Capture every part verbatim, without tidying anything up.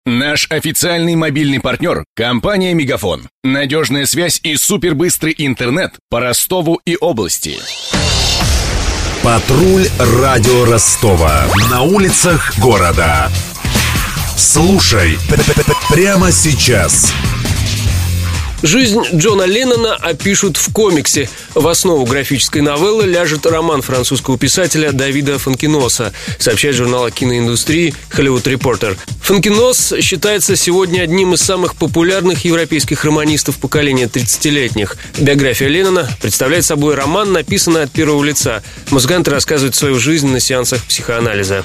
Наш официальный мобильный партнер – компания «Мегафон». Надежная связь и супербыстрый интернет по Ростову и области. Патруль радио Ростова. На улицах города. Слушай прямо сейчас. Жизнь Джона Леннона опишут в комиксе. В основу графической новеллы ляжет роман французского писателя Давида Фонкиноса, сообщает журнал о киноиндустрии Hollywood Reporter. Фонкинос считается сегодня одним из самых популярных европейских романистов поколения тридцатилетних. Биография Леннона представляет собой роман, написанный от первого лица. Музыкант рассказывает свою жизнь на сеансах психоанализа.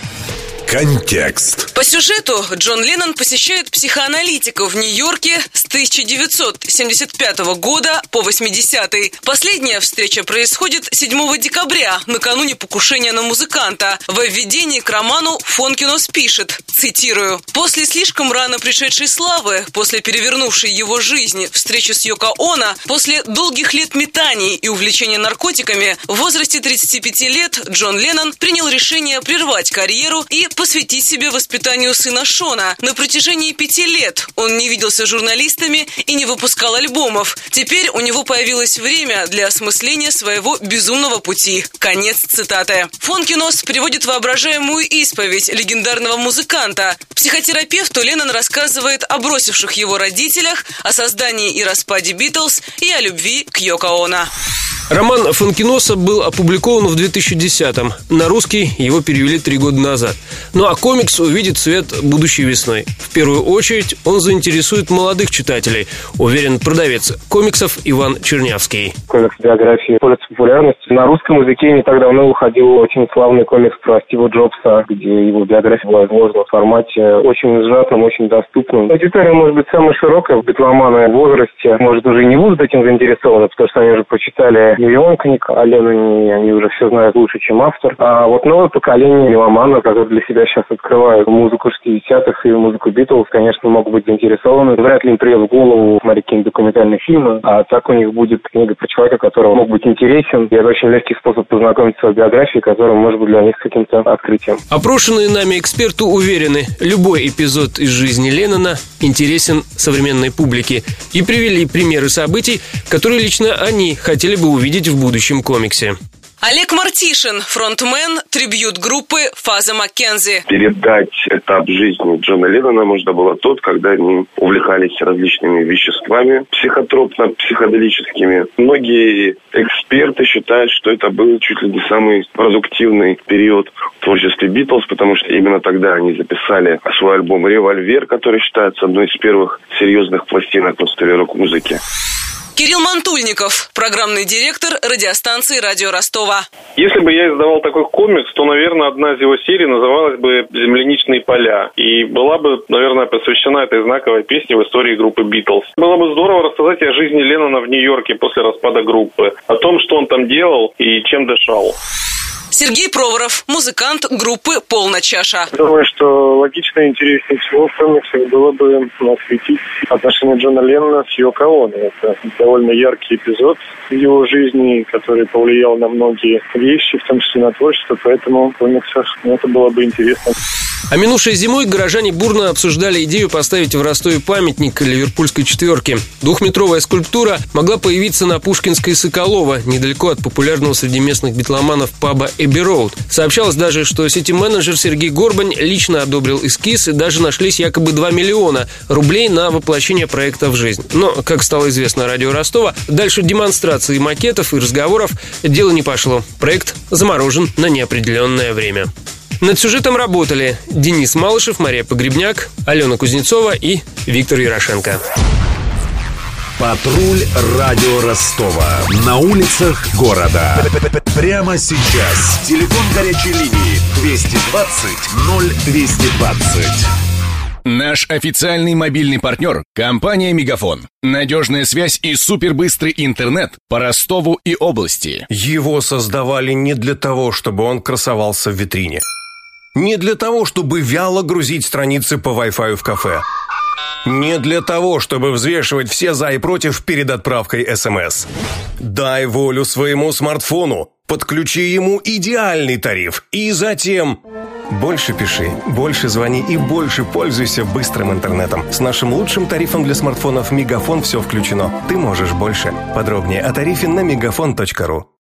Контекст. По сюжету Джон Леннон посещает психоаналитика в Нью-Йорке с тысяча девятьсот семьдесят пятого года по восьмидесятый. Последняя встреча происходит седьмого декабря, накануне покушения на музыканта. Во введении к роману Фонкинос пишет, цитирую: «После слишком рано пришедшей славы, после перевернувшей его жизнь, встречи с Йоко Оно, после долгих лет метаний и увлечения наркотиками, в возрасте тридцати пяти лет Джон Леннон принял решение прервать карьеру и посвятить себе воспитанию сына Шона. На протяжении пяти лет он не виделся с журналистами и не выпускал альбомов. Теперь у него появилось время для осмысления своего безумного пути». Конец цитаты. Фонкинос приводит воображаемую исповедь легендарного музыканта. Психотерапевту Леннон рассказывает о бросивших его родителях, о создании и распаде Битлз и о любви к Йоко Оно. Роман Фонкиноса был опубликован в две тысячи десятом. На русский его перевели три года назад. Ну а комикс увидит свет будущей весной. В первую очередь он заинтересует молодых читателей, уверен продавец комиксов Иван Чернявский. Комикс биографии пользуется популярностью. На русском языке не так давно выходил очень славный комикс про Стива Джобса, где его биография была изложена в формате очень сжатом, очень доступном. Аудитория может быть самая широкая. Битломаны в возрасте, может, уже не будут этим заинтересованы, потому что они уже прочитали миллион книг о Ленноне, они уже все знают лучше, чем автор. А вот новое поколение меломанов, которые для себя сейчас открывают музыку шестидесятых и музыку Битлз, конечно, могут быть заинтересованы. Вряд ли им придет в голову смотреть какие-нибудь документальные фильмы, а так у них будет книга про человека, который мог быть интересен. И это очень легкий способ познакомиться с биографией, которая может быть для них каким-то открытием. Опрошенные нами эксперты уверены, любой эпизод из жизни Леннона интересен современной публике, и привели примеры событий, которые лично они хотели бы увидеть в будущем комиксе. Олег Мартишин, фронтмен трибьют-группы Фаза Маккензи. Передать этап жизни Джона Леннона можно было тот, когда они увлекались различными веществами психотропно-психоделическими. Многие эксперты считают, что это был чуть ли не самый продуктивный период в творчестве Битлз, потому что именно тогда они записали свой альбом «Револьвер», который считается одной из первых серьезных пластинок в истории рок-музыки. Кирилл Мантульников, программный директор радиостанции «Радио Ростова». Если бы я издавал такой комикс, то, наверное, одна из его серий называлась бы «Земляничные поля». И была бы, наверное, посвящена этой знаковой песне в истории группы «Битлз». Было бы здорово рассказать о жизни Леннона в Нью-Йорке после распада группы, о том, что он там делал и чем дышал. Сергей Проворов, музыкант группы «Полная чаша». Думаю, что логично и интереснее всего в комиксах было бы осветить отношения Джона Леннона с Йоко Оно. Это довольно яркий эпизод в его жизни, который повлиял на многие вещи, в том числе на творчество, поэтому в комиксах это было бы интересно. А минувшей зимой горожане бурно обсуждали идею поставить в Ростове памятник ливерпульской четверке. Двухметровая скульптура могла появиться на Пушкинской и Соколова, недалеко от популярного среди местных битломанов паба Эбби Роуд. Сообщалось даже, что сити-менеджер Сергей Горбань лично одобрил эскиз, и даже нашлись якобы два миллиона рублей на воплощение проекта в жизнь. Но, как стало известно радио Ростова, дальше демонстрации макетов и разговоров дело не пошло. Проект заморожен на неопределенное время. Над сюжетом работали Денис Малышев, Мария Погребняк, Алена Кузнецова и Виктор Ярошенко. Патруль радио Ростова. На улицах города. Прямо сейчас. Телефон горячей линии двести двадцать ноль двести двадцать. Наш официальный мобильный партнер – компания «Мегафон». Надежная связь и супербыстрый интернет по Ростову и области. Его создавали не для того, чтобы он красовался в витрине. Не для того, чтобы вяло грузить страницы по Wi-Fi в кафе. Не для того, чтобы взвешивать все за и против перед отправкой СМС. Дай волю своему смартфону, подключи ему идеальный тариф и затем Больше пиши, больше звони и больше пользуйся быстрым интернетом. С нашим лучшим тарифом для смартфонов «Мегафон» все включено. Ты можешь больше. Подробнее о тарифе на мегафон точка ру.